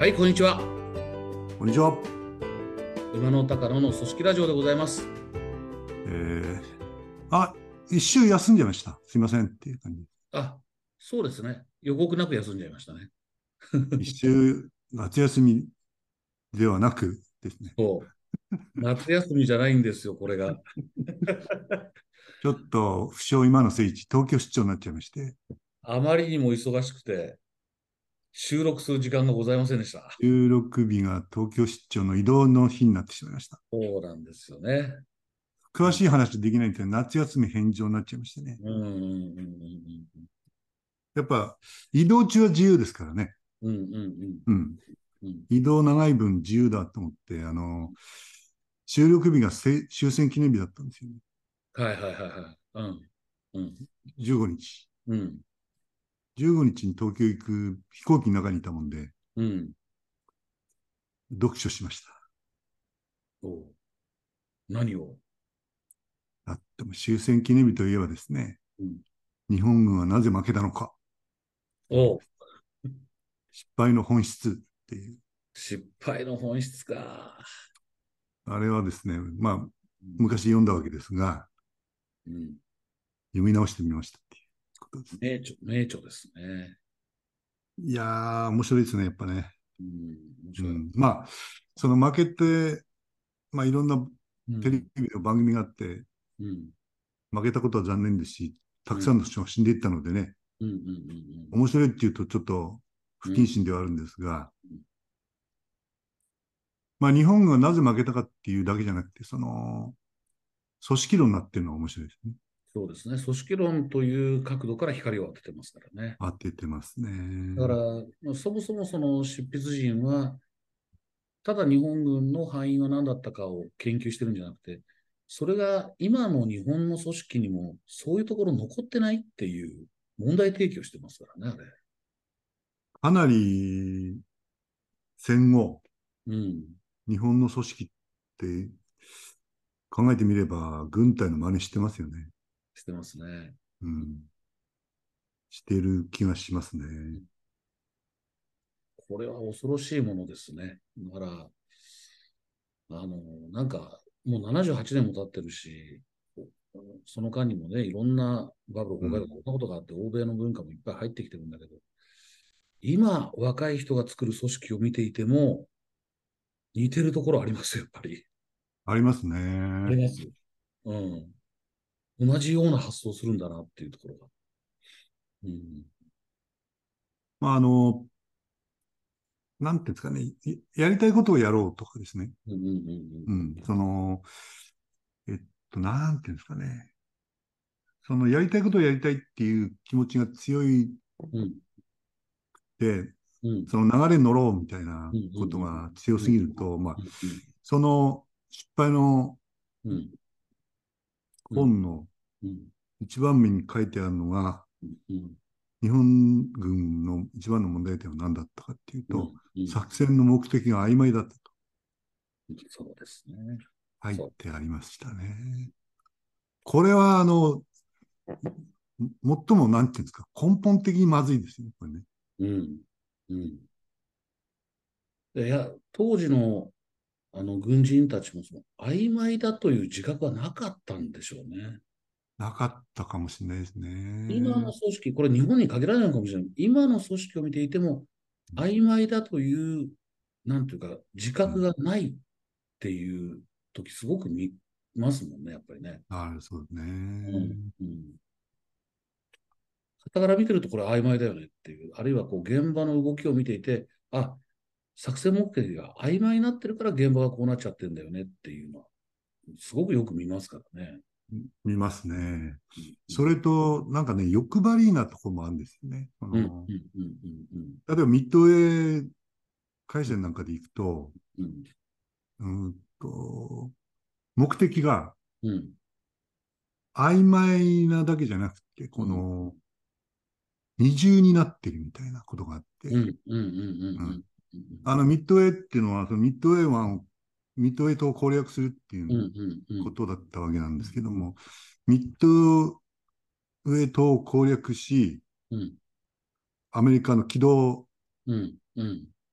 はい、こんにちは。 こんにちは。 今の高野の組織ラジオでございます。 えー、あ、一週休んじゃいました。すいませんっていう感じ。 あ、そうですね。予告なく休んじゃいましたね。 一週夏休みではなくですね、 そう。夏休みじゃないんですよ、これが。 ちょっと不詳今の聖地、東京出張になっちゃいまして、 あまりにも忙しくて、収録する時間がございませんでした。 収録日が東京出張の移動の日になってしまいました。 そうなんですよね。う詳しん、 い話できないんで、夏休み返上になっちゃいましてね。 うん、うん、うん、 やっぱ移動中は自由ですからね。 うん、うん、うん、 うん。 うん。 移動長い分自由だと思って、収録日が終戦記念日だったんですよね。 はい、はい、はい、はい。うん、うん、 15日。 うん、 15日に東京行く飛行機の中にいたもんで、 うん。 読書しました。 おう、何を？ あっても終戦記念日といえばですね、 うん、 日本軍はなぜ負けたのかということおう、 です。失敗の本質っていう。 失敗の本質か。 あれはですね、まあ、 うん、 昔読んだわけですが、 うん。 読み直してみましたっていうことです。 名著、名著ですね。 いやー、面白いですね、やっぱね。 うん、面白い。 うん。まあ、その負けて、まあ、いろんなテレうん、 ビの番組があって、 うん、 負けたことは残念ですし、たうん、 くさんの人が死んでいったのでね、 うん、うん、 面白いっていうとちょっと不謹うん、 慎ではあるんですが、 うん。 まあ、日本がなぜ負けたかっていうだけじゃなくて、その、組織論になってるのが面白いですね。 そうですね。組織論という角度から光を当ててますからね。 当ててますだかね。 ら、そもそもその執筆陣は、ただ日本軍の敗因は何だったかを研究してるんじゃなくて、それが今の日本の組織にもそういうところ残ってないっていう問題提起をしてますからね、あれ。 かなり戦後、 うん。 日本の組織って考えてみれば、軍隊の真似してますよね。 してますね。 うん。してる気がしますね。 これは恐ろしいものですね。だから、なんか、もう78年も経ってるし、その間にもね、いろんなバブル崩壊とか、 うん。 こんなことがあって、欧米の文化もいっぱい入ってきてるんだけど、今、若い人が作る組織を見ていても、似てるところありますよ、やっぱり。 ありますね。 あります。うん。同じような発想するんだなっていうところが。うん。 まあ、なんていうんですかね。やりたいことをやろうとかですね。 うんうんうんうん。その、えっなんていうんですかね。そのやりたいことをやりたいっていう気持ちが強いうん。うんで、 うんその流れに乗ろうみたいなうんうんことが強うんうんすぎると、まあ、 うんその失敗のうんうん本のうん一番目に書いてあるのが、 うん日本軍の一番の問題点は何だったかっていううんと、 うん作戦の目的が曖昧だったとそうですね。 書いそう。 てありましたね。これは、最も、なんていうんですか、根本的にまずいですよね、これね。 うん。うん。いや、当時の軍人たちもその曖昧だという自覚はなかったんでしょうね。 なかったかもしれないです今のね。 組織、これ日本に限らないのかもしれない。今の組織を見ていても、曖昧だという、なんていうか、自うん。 覚がないっていう時、すごく見ますもんね、やっぱりね。 そうですうん。 ね。 うん。傍から見てるとこれ曖昧だよねっていう、あるいはこう現場の動きを見ていて、あ、作戦目的が曖昧になってるから現場がこうなっちゃってるんだよねっていうのは、すごくよく見ますからね。 見ますね。 うんうんそれと、なんかね、欲張りなところもあるんですよね。 うんうんうんうん例えばミッドウェー海戦なんかで行くと、 うんうーんと、目的がうん曖昧なだけじゃなくて、 うん二重になってるみたいなことがあって、 うんうんうんうんうん。ミッドウェーっていうのは、そのミッドウェー湾、ミッドウェー島を攻略するっていううんうんうんことだったわけなんですけども、ミッドウェー島を攻略し、 うんアメリカの軌道うんうん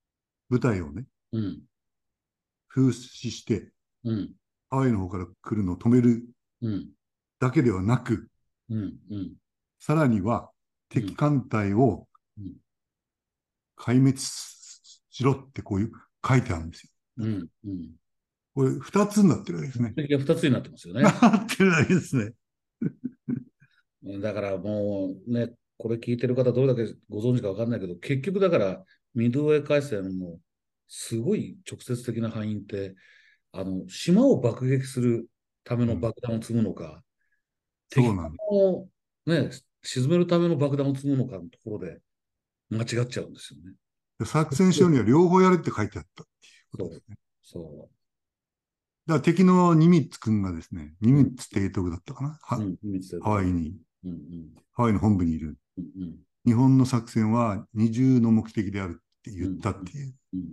部隊をね、 うん、 風刺して、 うん、 ハワイの方から来るのを止めるうん、 だけではなく、 うん、うん、 さらにはうん、 敵艦隊をうん、 壊滅しろってこういう書いてあるんですよ。 うん、うん。 これ二つになってるわけですね。 目的が2つになってますよなね。 ってるわけですね。 だからもうね、これ聞いてる方どれだけご存知かわかんないけど、結局だからミッドウェー海戦のすごい直接的な敗因って、島を爆撃するためうん、 の爆弾を積むのか、敵そうなんでをね、沈めるための爆弾を積むのかのところで間違っちゃうんですよね。 す。作戦書には両方やれって書いてあったっていうこそう、 とですね。 そだから敵のニミッツ君がですね、ニう。うん、 ミッツ提督だったかな、 うん、秘密だとか。 ハワイに、 うん、うん、 ハワイの本部にいる。 うん、うん、 日本の作戦は二重の目的であるって言っうん、うん、 たっていう、 うん、うん、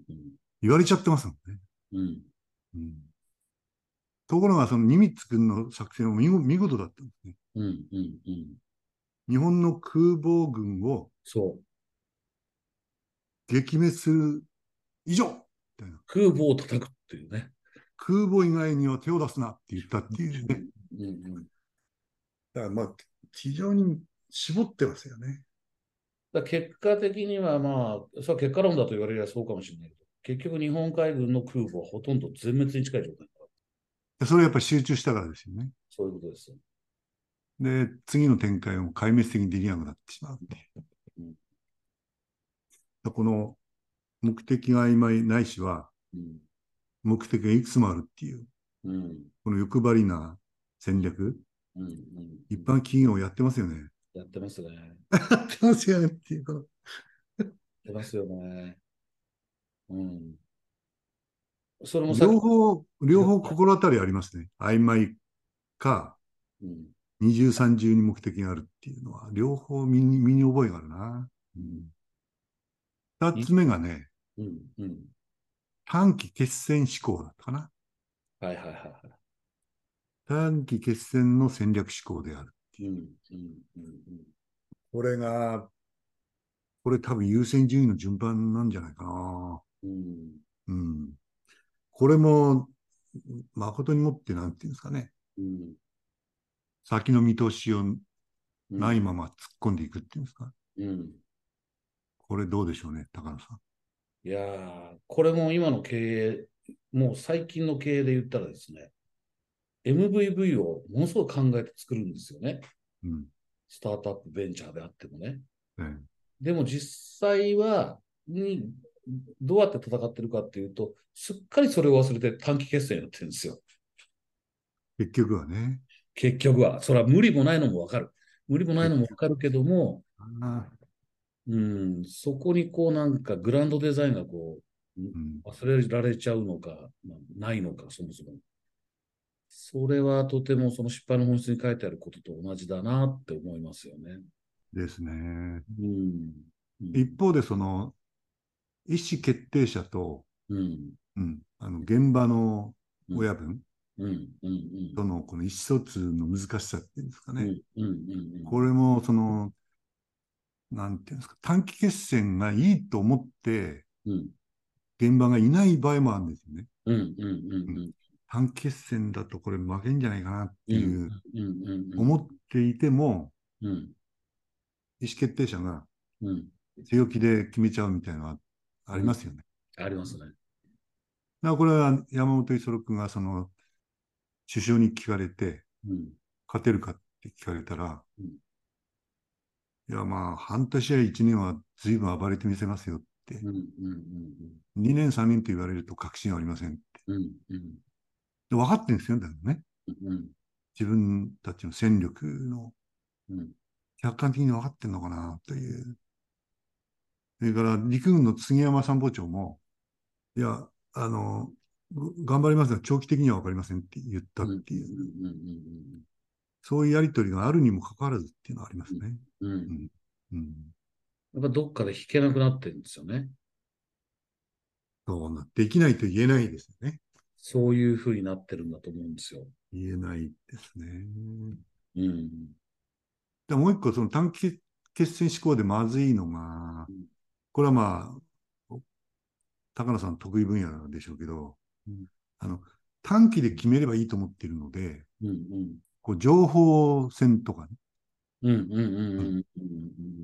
うん、 言われちゃってますもんね。 うん、 うん、ところが、そのニミッツ君の作戦は見事だったんですね。 うん、うん、うん。 日本の空母軍をそう。 撃滅する以上みたいな。 空母を叩くっていうね。 空母以外には手を出すなって言ったっていうね。 うん、うん。 だからまあ、非常に絞ってますよね。 結果的にはまあ、それは結果論だと言われればそうかもしれないけど、結局日本海軍の空母はほとんど全滅に近い状態だから。 それはやっぱり集中したからですよね。 そういうことです。 で、次の展開も壊滅的にできなくなってしまうっていう。 うん、 この目的が曖昧ないしは、 うん、 目的がいくつもあるっていう、 うん、 この欲張りな戦略、 うん、うん、うん。 一般企業やってますよね。 やってますね。やっやってますよねっていう、このてますよね。うん。それもさっき両方違った。 心当たりありますね。曖昧か、 うん、 二重三重に目的があるっていうのは、両方身に覚えがあるな。 うん。 二つ目がね、 うん、うん。 短期決戦思考だったかな。 はいはいはいはい。 短期決戦の戦略思考である。 うん、うん、うん、 これが、これ多分優先順位の順番なんじゃないかな。 うん、 うん。これも、誠にもってなんていうんですかね。 うん、 先の見通しをうん、 ないまま突っ込んでいくっていうんですか。 うん。 これどうでしょうね、高野さん。 いやー、これも今の経営、もう最近の経営で言ったらですね、MVV をものすごく考えて作るんですよね。 うん。 スタートアップベンチャーであってもね。 ね、 でも実際は、どうやって戦ってるかっていうと、すっかりそれを忘れて短期決戦やってるんですよ。 結局はね。 結局は。それは無理もないのもわかる。無理もないのもわかるけども、 あ、 うん、そこにこうなんかグランドデザインがこう、 うん。 忘れられちゃうのか、まあないのか、そもそも。それはとてもその失敗の本質に書いてあることと同じだなって思いますよね。 ですね。 うん。うん。 一方で、その、意思決定者と、 うん。 うん、現場のうん。 親分うん。うん。 とのこの意思疎通の難しさっていうんですかうん。 ね。 うん。うん。 これも、その、なんていうんですか、短期決戦がいいと思ってうん。 現場がいない場合もあるんですよね。 うん。うん。 うん、 うん。 短期決戦だとこれ負けんじゃないかなっうん。 ていううん。うん。 思っていても、 うん。 意思決定者がうん。 強気で決めちゃうみたいなのはあうん。 りますよね。 ありますね。 だからこれは山本五十六君がその首相に聞かれて、 うん。 勝てるかって聞かれたら、 うん。 いやまあ半年や1年は随分暴れてみせますよって、 うん。うん。 2年3年と言われると確信はありませんって。 うん。うん。 で分かってるんですよ、だからね。 うん。 自分たちの戦力のうん。 客観的に分かってるのかなという。それから陸軍の杉山参謀長も、いや、頑張りますが長期的には分かりませんって言ったうん。うん。 っていう、 うん。 そういうやりとりがあるにもかかわらずっていうのはありますね。 うん。 うん。うん。 やっぱどっかで弾けなくなってるんですよね。 そうな、できないと言えないですよね。 そういうふうになってるんだと思うんですよ。 言えないですね。 うん。 でもう一個、その短期決戦思考でまずいのが、これはまあ、 高野さん得意分野でしょうけど、 うん、 あの、短期で決めればいいと思っているので、 うん、うん、 こう情報戦とかね、 うん、うん、うん、 うん、 うん、うん、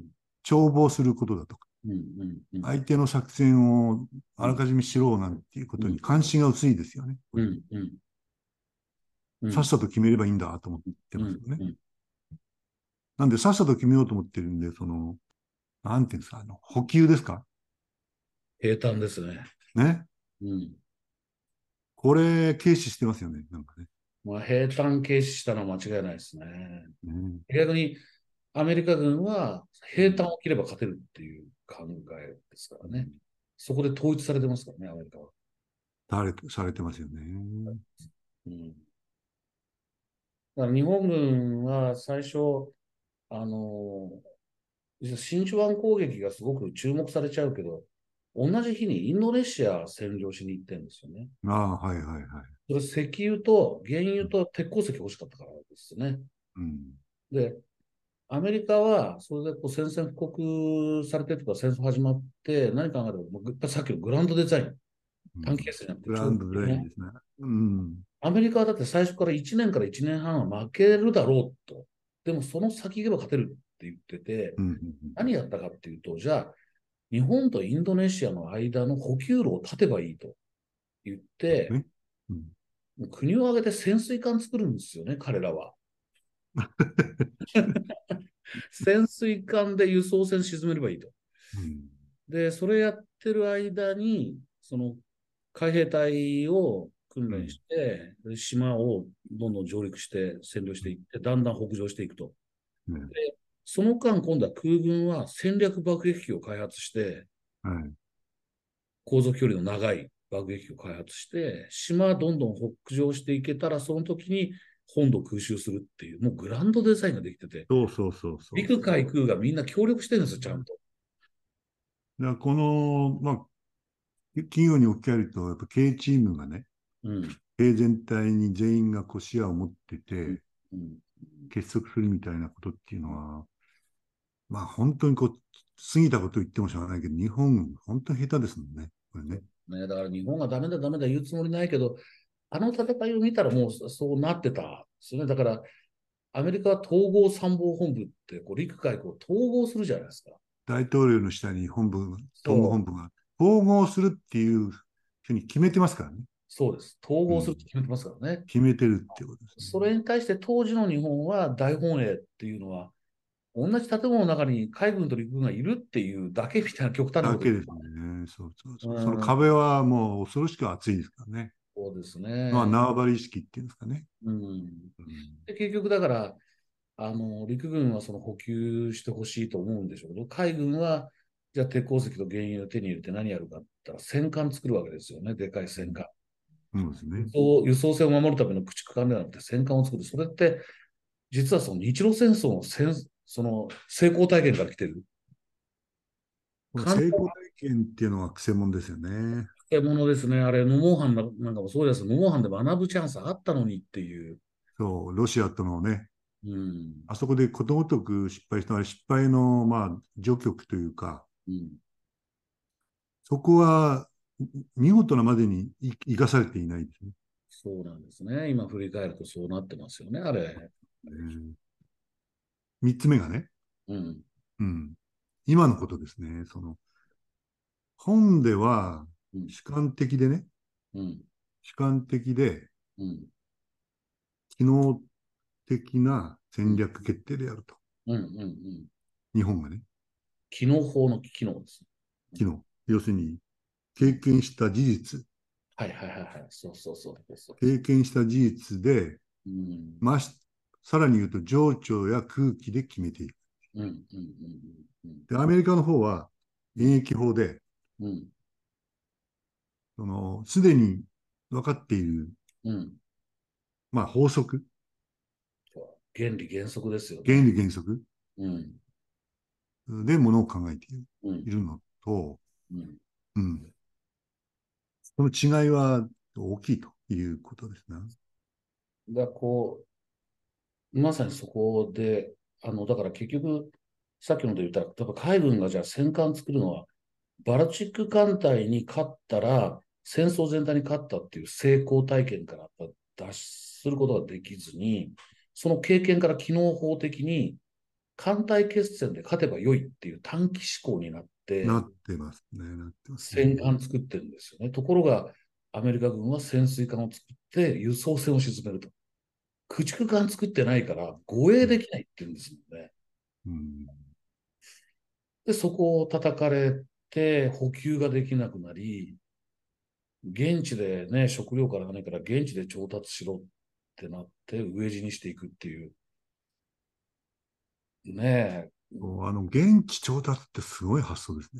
帳簿することだとか、 うん、うん、 相手の作戦をうん、 あらかじめ知ろうなんていうこうん、 とに関心が薄いですよね。これね、 うん、うん、うん、 さっさと決めればいいんだと思ってうん、 ますよね。 うん、 なんでさっさと決めようと思ってるんで、なんていうんですか、補給ですか平坦ですね。 ね。 うん。 これ、軽視してますよね。なんかね。 まあ、平坦軽視したのは間違いないですね。 ね、 逆に、アメリカ軍はうん、 平坦を切れば勝てるっていう考えですからね。 うん、 そこで統一されてますからね、アメリカは。 されてますよね。 うん。だから日本軍は最初、あの、真珠湾攻撃がすごく注目されちゃうけど、同じ日にインドネシア占領しに行ってるんですよね。 ああ、はいはいはい。 それ石油と原油と鉄鉱石欲しかったからですね。 うん。 で、アメリカはそれでこう宣戦布告されてとか戦争始まって何考えれば、もうやっぱりさっきのグランドデザイン、 うん。 短期決戦じゃなくて長期グランドデ的な。 ザインですね。うん。 アメリカはだって最初から1年から1年半は負けるだろうと。でもその先行けば勝てるって言ってて、 うん。うん。 何やったかっていうと、じゃあ日本とインドネシアの間の補給路を断てばいいと言って、 そうですね。うん。 国を挙げて潜水艦作るんですよね、彼らは。潜水艦で輸送船沈めればいいと。 うん。 で、それやってる間に、その海兵隊を訓練うん。 して、島をどんどん上陸して占領していって、だんだん北上していくと。 ね、 で、その間、今度は空軍は戦略爆撃機を開発して、 はい。 航続距離の長い爆撃機を開発して、島どんどん北上していけたら、その時に本土空襲するっていう、もうグランドデザインができてて、 そうそうそうそう陸そう。 海空がみんな協力してるんですよ、ちゃんね、 と。 だからまあ、企業に置き換えると、やっぱ経営チームがね、 うん。 経営全体に全員がこう視野を持ってうん。 て、 うん。 結束するみたいなことっていうのは、まあ本当にこう、過ぎたこと言ってもしょうがないけど、日本、本当に下手ですもんね。これね。 ね、だから日本がダメだダメだ言うつもりないけど、あの戦いを見たらもうそうなってたんですよね。だからアメリカは統合参謀本部ってこう陸海空を統合するじゃないですか。 大統領の下に統合そう、 本部が統合するっていうふうに決めてますからね。 そうです。統うん。 合するって決めてますからね。 決めてるっていうことですね。 それに対して当時の日本は大本営っていうのは、同じ建物の中に海軍と陸軍がいるっていうだけみたいな極端なこと。 だけですね。そうそううそう。そのん、 壁はもう恐ろしく厚いですからね。 そうですまあ、 ね。 縄張り意識っていうんですかね。 うん。 うん。 で、結局だから、陸軍はその補給してほしいと思うんでしょうけど、海軍は、じゃあ鉄鉱石と原油を手に入れて何やるかって言ったら戦艦作るわけですよね、でかい戦艦。 そうですね。 輸送船を守るための駆逐艦ではなくて戦艦を作る。それって、実はその日露戦争のその成功体験から来てる。簡単成功体験っていうのは癖もんですよね。 なものですね。あれ、ノモンハンなんかもそうです。ノモンハンで学ぶチャンスあったのにっていう。 そう、ロシアとのね、 うん。 あそこでことごとく失敗した、あれ失敗の、まあ、序曲というか、 うん。そそこは見事なまでに生かされていないですね。 そうなんですね。今振り返るとそうなってますよね、あれ。 三つ目がね、 うん。 うん、今のことですね。本ではうん。 主観的でね、 うん。 主観的でうん。 機能的なうん。 戦略決定であると。 うん。うん。うん。 日本がね、 機能法の機能です。 機能。要するに、経うん。 験した事実、 はいはいはいはい。そうそうそうそうそ経験した事実で、 う。うん。 まし、さらに言うと情緒や空気で決めていく。 うん。うん。うん。うん。 で、アメリカの方はうん。 演疫法で、 うん。 すでに分かっている、 うん。 まあ、法則、 原理原則ですよ原ね。 理原則うん。 でものを考えてうん。 いるのと、 うん。 うん、その違いは大きいということですね。 こう、まさにそこで、だから結局、さっきので言ったら、例えば海軍がじゃあ戦艦作るのはバルチック艦隊に勝ったら、戦争全体に勝ったっていう成功体験から脱出することができずに、その経験から機能法的に艦隊決戦で勝てば良いっていう短期思考になって、 なってますね。なってますね。 戦艦作ってるんですよね。ところが、アメリカ軍は潜水艦を作って輸送船を沈めると。駆逐艦作ってないから護衛できないって言うんですもんね。 うん。 で、そこを叩かれて補給ができなくなり、現地でね、食料から何から現地で調達しろってなって飢え死にしていくっていう。ねえ、 現地調達ってすごい発想ですね。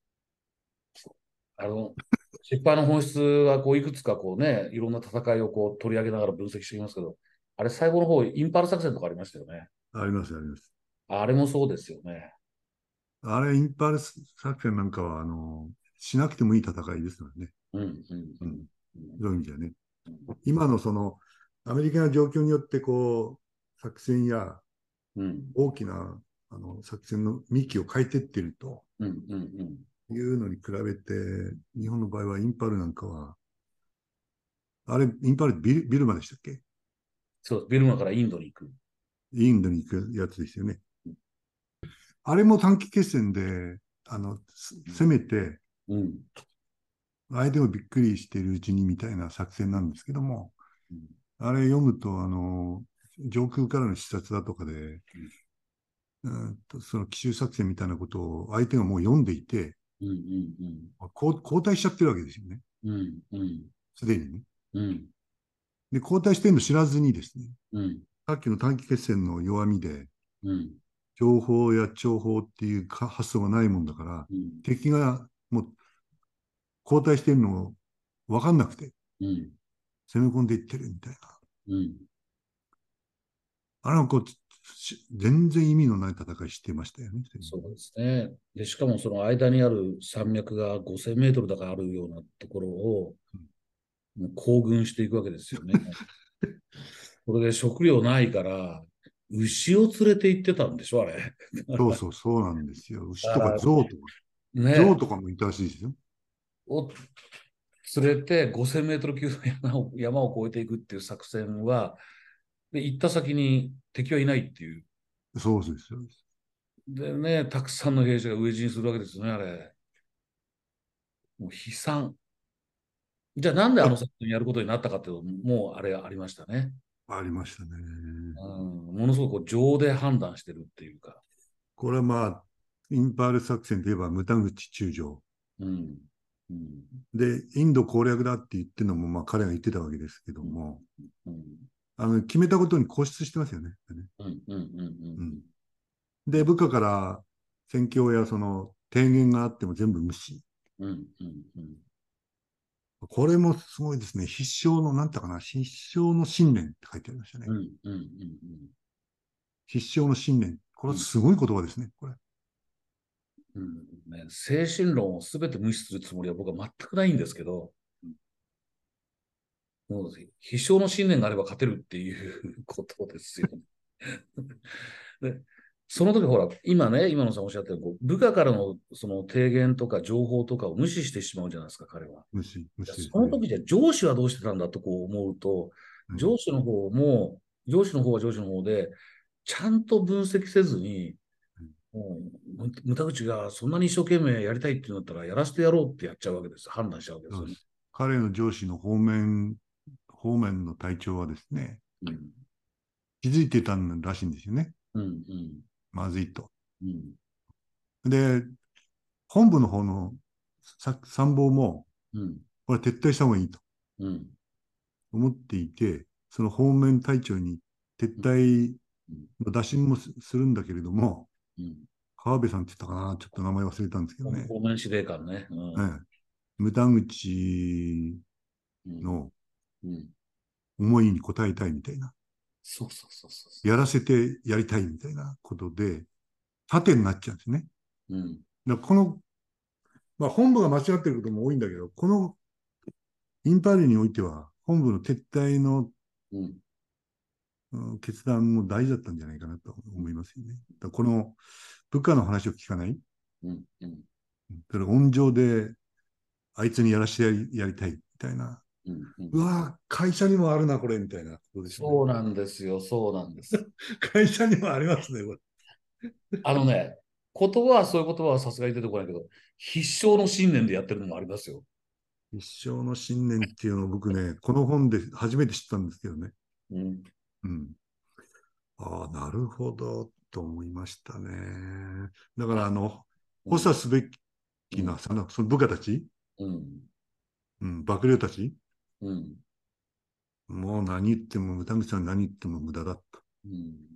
あの、失敗の本質はこういくつかこうね、いろんな戦いをこう取り上げながら分析していますけど、あれ最後の方、インパール作戦とかありましたよね。 あります、あります。 あれもそうですよね。 あれ、インパールス作戦なんかは、しなくてもいい戦いですからね。 うん、うん、 うん。 うん、 そういう意味じゃね。 うん、 今のアメリカの状況によって、作戦やうん、 大きな、作戦の幹を変えてってるとうん、うん、うん。 いうのに比べて、日本の場合はインパールなんかは、あれ、インパールビルマでしたっけ？ そう、ビルマからインドに行く。 インドに行くやつですよね。あれも短期決戦で、攻めて、 うん、 相手もびっくりしているうちにみたいな作戦なんですけども、 うん、 あれ読むと、上空からの視察だとかで、その奇襲作戦みたいなことを相手がもう読んでいて、 うん、うん、うん、 交代しちゃってるわけですよね。 うん、うん、 すでにね。 うん、 で、交代してるの知らずにですね、 うん、 さっきの短期決戦の弱みで、 うん、 情報や諜報っていう発想がないもんだから、 うん、 敵がもう交代してるのを分かんなくて、 うん、 攻め込んでいってるみたいな。 うん。 あれは全然意味のない戦いしてましたよね。 そうですね。で、しかもその間にある山脈が5000メートルだからあるようなところをもう行軍していくわけですよね。これで食料ないから、牛を連れて行ってたんでしょ、あれ。 そうそう、そうなんですよ。牛とかだから、 象ね、 とかもいたらしいですよ。 を連れて5000メートル級の山を越えていくっていう作戦は、で、行った先に敵はいないっていう。 そうですよ。 でね、たくさんの兵士が飢え死にするわけですよね、あれ。もう悲惨。じゃあなんであのあ、 作戦やることになったかっていうと、もうあれありましたね。 ありましたね。 うん、ものすごくこう情で判断してるっていうか。 これはまあ、インパール作戦といえば、牟田口中将。 うん、うん、 で、インド攻略だって言ってるのも、まあ彼が言ってたわけですけどうん、 も、 うん、 決めたことに固執してますよね。 うん、うん、うん、 うん。で、部下から戦況やその提言があっても全部無視。 うん、うん、うん、 これもすごいですね。必勝の、なんていうかな、必勝の信念って書いてありましたね。 うん、うん、 必勝の信念。これうん、 はすごい言葉ですね。これ。 うん、ね、精神論を全て無視するつもりは僕は全くないんですけど、もう必勝の信念があれば勝てるっていうことですよね。で、その時ほら、今のさんおっしゃったように、こう部下からのその提言とか情報とかを無視してしまうじゃないですか、彼は。 無視ですね。 その時じゃ上司はどうしてたんだとこう思うと、 うん、 上司の方は上司の方で、ちゃんと分析せずに、も無駄口がそんなに一生懸命やりたいっていうんだったら、やらせてやろうってやっちゃうわけです。判断しちゃうわけですよね。 そうです。彼の上司の方面の隊長はですね、 うん、 気づいてたらしいんですよね。 うん、うん、 まずいと。 うん、 で、本部の方の参謀も、 うん、 これ撤退した方がいいとうん、 思っていて、その方面隊長に撤うん、 退うん、 の打診もするんだけれども、 うん。 川辺さんって言ったかな、ちょっと名前忘れたんですけどね。 方面司令官ね。うん、 ええ、牟田口うん、 のうん。 思いに応えたいみたいな、 そうそうそうそうそやらせてやりたいみたいなことで、盾になっちゃうんですね。 う。うん、 だからまあ、本部が間違っていることも多いんだけど、このインパールにおいては、本部の撤退のうん、 決断も大事だったんじゃないかなと思いますよね。だこの部下の話を聞かない、 うん、うん。 それ温情で、あいつにやらしてやりたいみたいな。 うんうん、 うわぁ、会社にもあるな、これ、みたいなことですよね。 そうなんですよ、そうなんです。 会社にもありますね、こあのね、言葉はそういう言葉はさすがに出てこないけど、必勝の信念でやってるのもありますよ。 れ。一生の信念っていうのを僕ね、この本で初めて知ったんですけどね。 うん、 うん。ああ、なるほど、と思いましたね。だから、 あ、うん、 補佐すべきな、 うん、 その部下たち、 うん、 うん、幕僚たち、 うん、 もう何言っても、歌口さん何言っても無駄だと。 うん。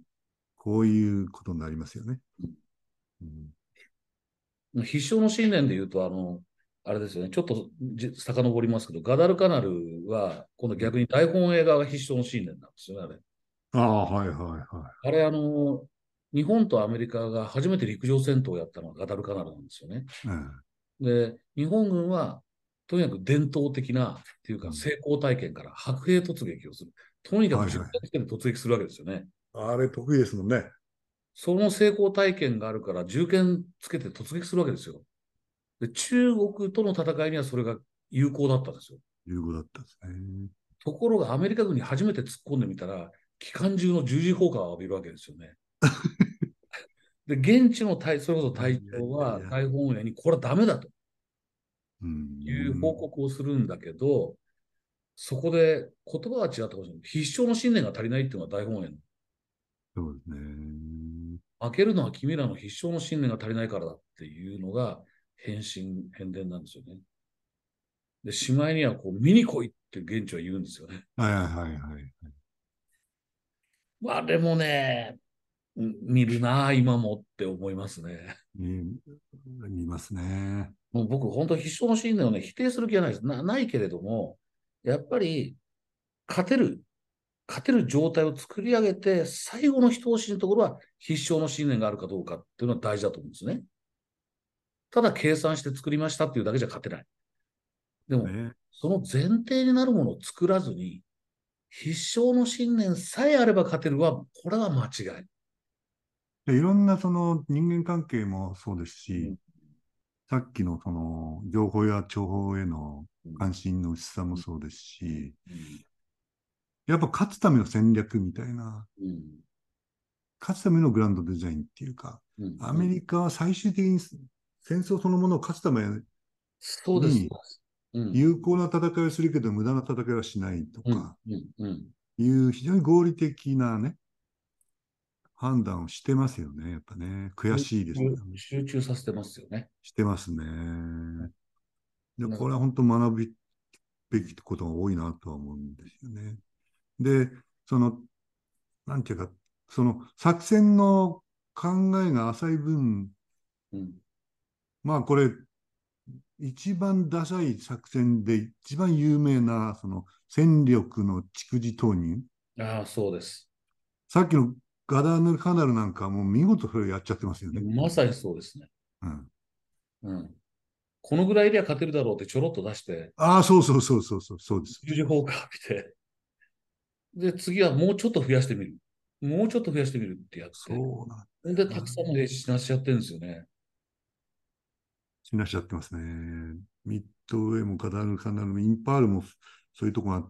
こういうことになりますよね。うん、 必勝の信念で言うと、あれですよね、ちょっと遡りますけど、ガダルカナルは、今度うん、 逆に大本営側が必勝の信念なんですよね、あれ。 ああ、はいはいはあれ、日本とアメリカが初めて陸上戦闘をやったのはガダルカナルなんですよね。 い。ええ、 で、日本軍は、とにかく伝統的な、っていううん、 か成功体験から白兵突撃をする。とにかくはいはい。 自分たちで突撃するわけですよね。 あれ得意ですもんね。 その成功体験があるから銃剣つけて突撃するわけですよ。で、中国との戦いにはそれが有効だったんですよ。 有効だったですね。 ところがアメリカ軍に初めて突っ込んでみたら、機関銃の十字砲火を浴びるわけですよね。で、現地のそれこそいやい隊やい長はやいや。 大本営にこれはダメだとういう報ん。 告をするんだけど、そこで言葉は違ったかもしれない。必勝の信念が足りないっていうのが大本営の。 そうですね。 負けるのは君らの必勝の信念が足りないからだっていうのが変伝なんですよね。で、しまいにはこう見に来いって現地は言うんですよね。 はいはいはいはい。 まあでもね、見るなあ、今もって思いますね。 見見ますね。 もう僕、本当必勝の信念をね、否定する気はないです。ないけれども、やっぱり勝てる、勝てる状態を作り上げて、最後の一押しのところは必勝の信念があるかどうかっていうのは大事だと思うんですね。ただ計算して作りましたっていうだけじゃ勝てない。でも、 ね。 その前提になるものを作らずに、必勝の信念さえあれば勝てるは、これは間違い。 でいろんなその人間関係もそうですし、 うん、 さっきのその情報や諜報へのうん、 関心の薄さもうん、 そうですし、 うん、 やっぱ勝つための戦略みたいな、 うん、 勝つためのグランドデザインっていうか、 うん、 アうん。 メリカは最終的に戦争そのものを勝つためそうです、そうにです。うん、 有効な戦いをするけど無駄な戦いはしないとうん、 かうん、うん。 いう非常に合理的なね、判断をしてますよね。やっぱね。悔しいですけどね。 集中させてますよね。 してますね。で、 なんか、 これは本当学ぶべきことが多いなとは思うんですよね。で、その、なんていうか、その作戦の考えが浅い分、 うん。 まあこれ、一番ダサい作戦で一番有名な、その戦力の蓄次投入。 ああ、そうです。 さっきのガダーヌカナルなんかもう見事それやっちゃってますよね。 まさにそうですね。 うん。 うん。このぐらいでは勝てるだろうってちょろっと出して、 ああ、そうそうそうそうそう、そうです。 十字砲火浴びて、で、次はもうちょっと増やしてみる。もうちょっと増やしてみるってやって、 そうなんほんで、 だよな。 たくさんの兵士死なしちゃってるんですよね。 死なしちゃってますね。ミッドウェーもガダーヌカナルもインパールもそういうとこがあって、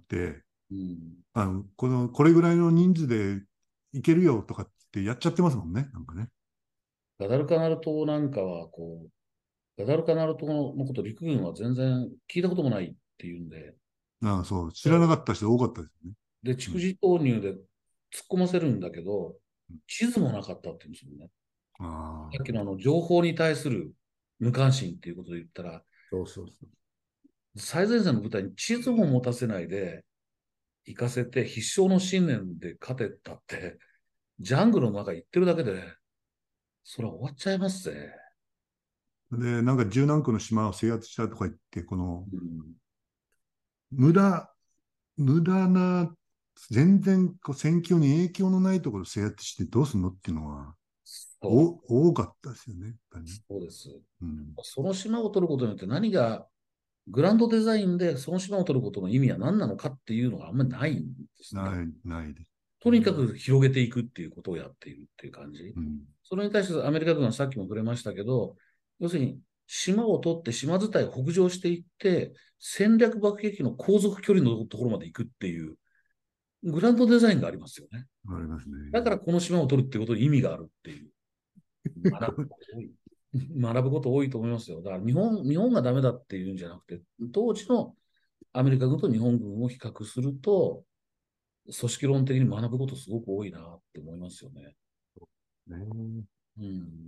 うん。 これぐらいの人数でいけるよとかってやっちゃってますもんね。なんかね。 ガダルカナル島なんかは、ガダルカナル島のこと陸軍は全然聞いたこともないっていうんで、 ああ、そう。知らなかで、 った人多かったですよね。 蓄うん。 次投入で突っ込ませるんだけど、地図もなかったって言うんですよね。 ああ、 さっきの情報に対する無関心っていうことで言ったら、 そうそうそう。 最前線の部隊に地図も持たせないで行かせて必勝の信念で勝てたって、ジャングルの中行ってるだけで、それは終わっちゃいますぜ。 で、なんか十何個の島を制圧したとか言って、このうん、 無駄、無駄な、全然こう戦況に影響のないところを制圧してどうすんのっていうのはそう、 多かったですよね。やっぱりね。 そうです。 うん。 その島を取ることによって何が、グランドデザインでその島を取ることの意味は何なのかっていうのがあんまりないんですね。 ないです。 とにかく広げていくっていうことをやっているっていう感じ。 うん。 それに対してアメリカ軍はさっきも触れましたけど、要するに島を取って島自体を北上していって、戦略爆撃機の航続距離のところまで行くっていうグランドデザインがありますよね。 ありますね。 だからこの島を取るっていうことに意味があるっていう。学ぶこと多い。学ぶこと多いと思いますよ。だから日本がダメだっていうんじゃなくて、当時のアメリカ軍と日本軍を比較すると、組織論的に学ぶことすごく多いなって思いますよね。 ね。 うん。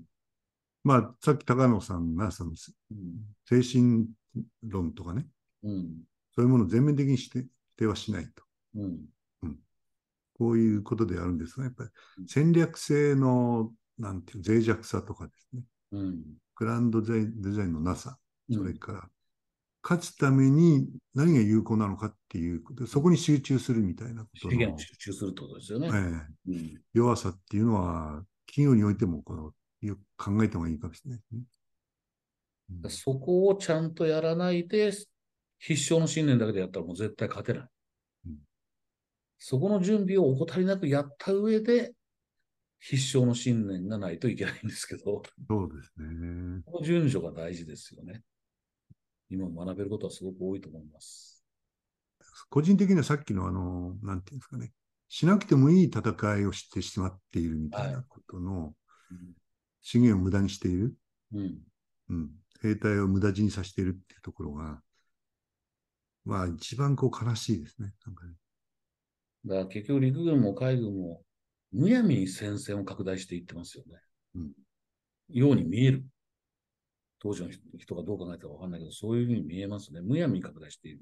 まあ、さっき高野さんが、その、 うん。 精神論とかね、 うん。 そういうものを全面的に否定はしないと。 うん。 うん、こういうことであるんですが、やっぱり戦略性の、なんていう、脆弱さとかですね、 うん。 グランドデザインのなさ、それうん。 から、勝つために何が有効なのかっていうこと、そこに集中するみたいなこと資源をの、 集中するってことですよね。 えうん。 弱さっていうのは、企業においてもこのよく考えた方がいいかもしれないですね。うん、 そこをちゃんとやらないで、必勝の信念だけでやったらもう絶対勝てない。 うん、 そこの準備を怠りなくやった上で、必勝の信念がないといけないんですけど、 そうですね。 この順序が大事ですよね。今学べることはすごく多いと思います。 個人的にはさっきのなんていうんですかね、しなくてもいい戦いをしてしまっているみたいはい。 なことのうん。 資源を無駄にしている、 うん。 うん、兵隊を無駄死にさせているっていうところが、まあ一番こう悲しいですね。なんかね、 だから結局陸軍も海軍もむやみに戦線を拡大していってますよね。 うん、 ように見える。当時の人がどう考えたかわかんないけど、そういうふうに見えますね。むやみに拡大している。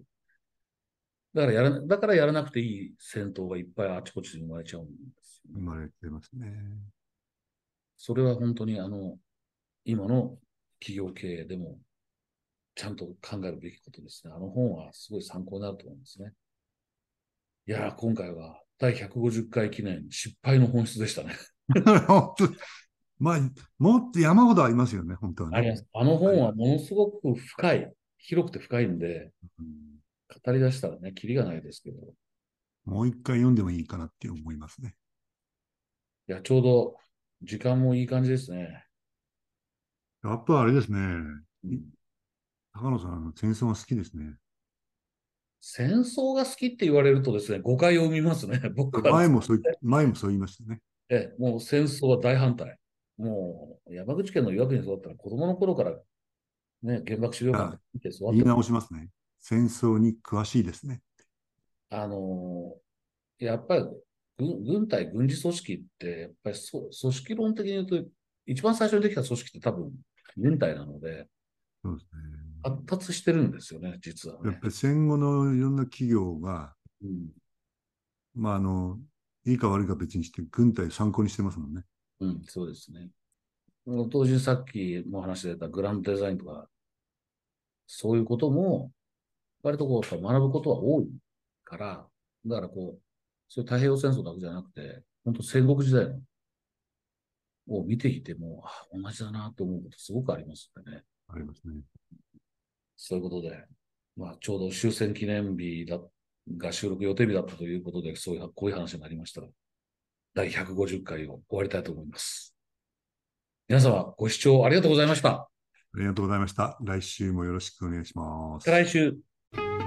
だからやらなくていい戦闘がいっぱいあちこちに生まれちゃうんですよね。 生まれてますね。 それは本当に今の企業経営でもちゃんと考えるべきことですね。あの本はすごい参考になると思いますね。いやー、今回は第150回記念失敗の本質でしたね。 本当、まあ、もっと山ほどありますよね、本当はね。 あります。あのはい、 本はものすごく深い、広くて深いんで、 うん、 語り出したらね、キリがないですけど、 もう一回読んでもいいかなって思いますね。 いや、ちょうど時間もいい感じですね。 やっぱあれですね。 うん。 高野さん、戦争が好きですね。 戦争が好きって言われるとですね、誤解を生みますね。僕は、 前もそう言いましたね。 もう戦争は大反対。もう山口県の岩国に育ったら子供の頃からね、原爆資料館あ、 で見て育っ言いてます。 直しますね。戦争に詳しいですね。 あのやっぱり軍隊、軍事組織って、やっぱり組織論的に言うと、一番最初にできた組織って多分軍隊なので、 そうですね。 発達してるんですよね、実はね。 やっぱり戦後のいろんな企業が、 うん。 まあ、いいか悪いか別にして、軍隊参考にしてますもんね。 うん、そうですね。当時さっきも話出たグランドデザインとか、そういうことも、割とこう、学ぶことは多いから、だからこう、そういう太平洋戦争だけじゃなくて、本当戦国時代のを見ていても、同じだなと思うことすごくありますんでね。 ありますね。 そういうことで、ちょうど終戦記念日が収録予定日だったということで、こういう話になりましたら、第150回を終わりたいと思います。皆様、ご視聴ありがとうございました。 ありがとうございました。来週もよろしくお願いします。 来週。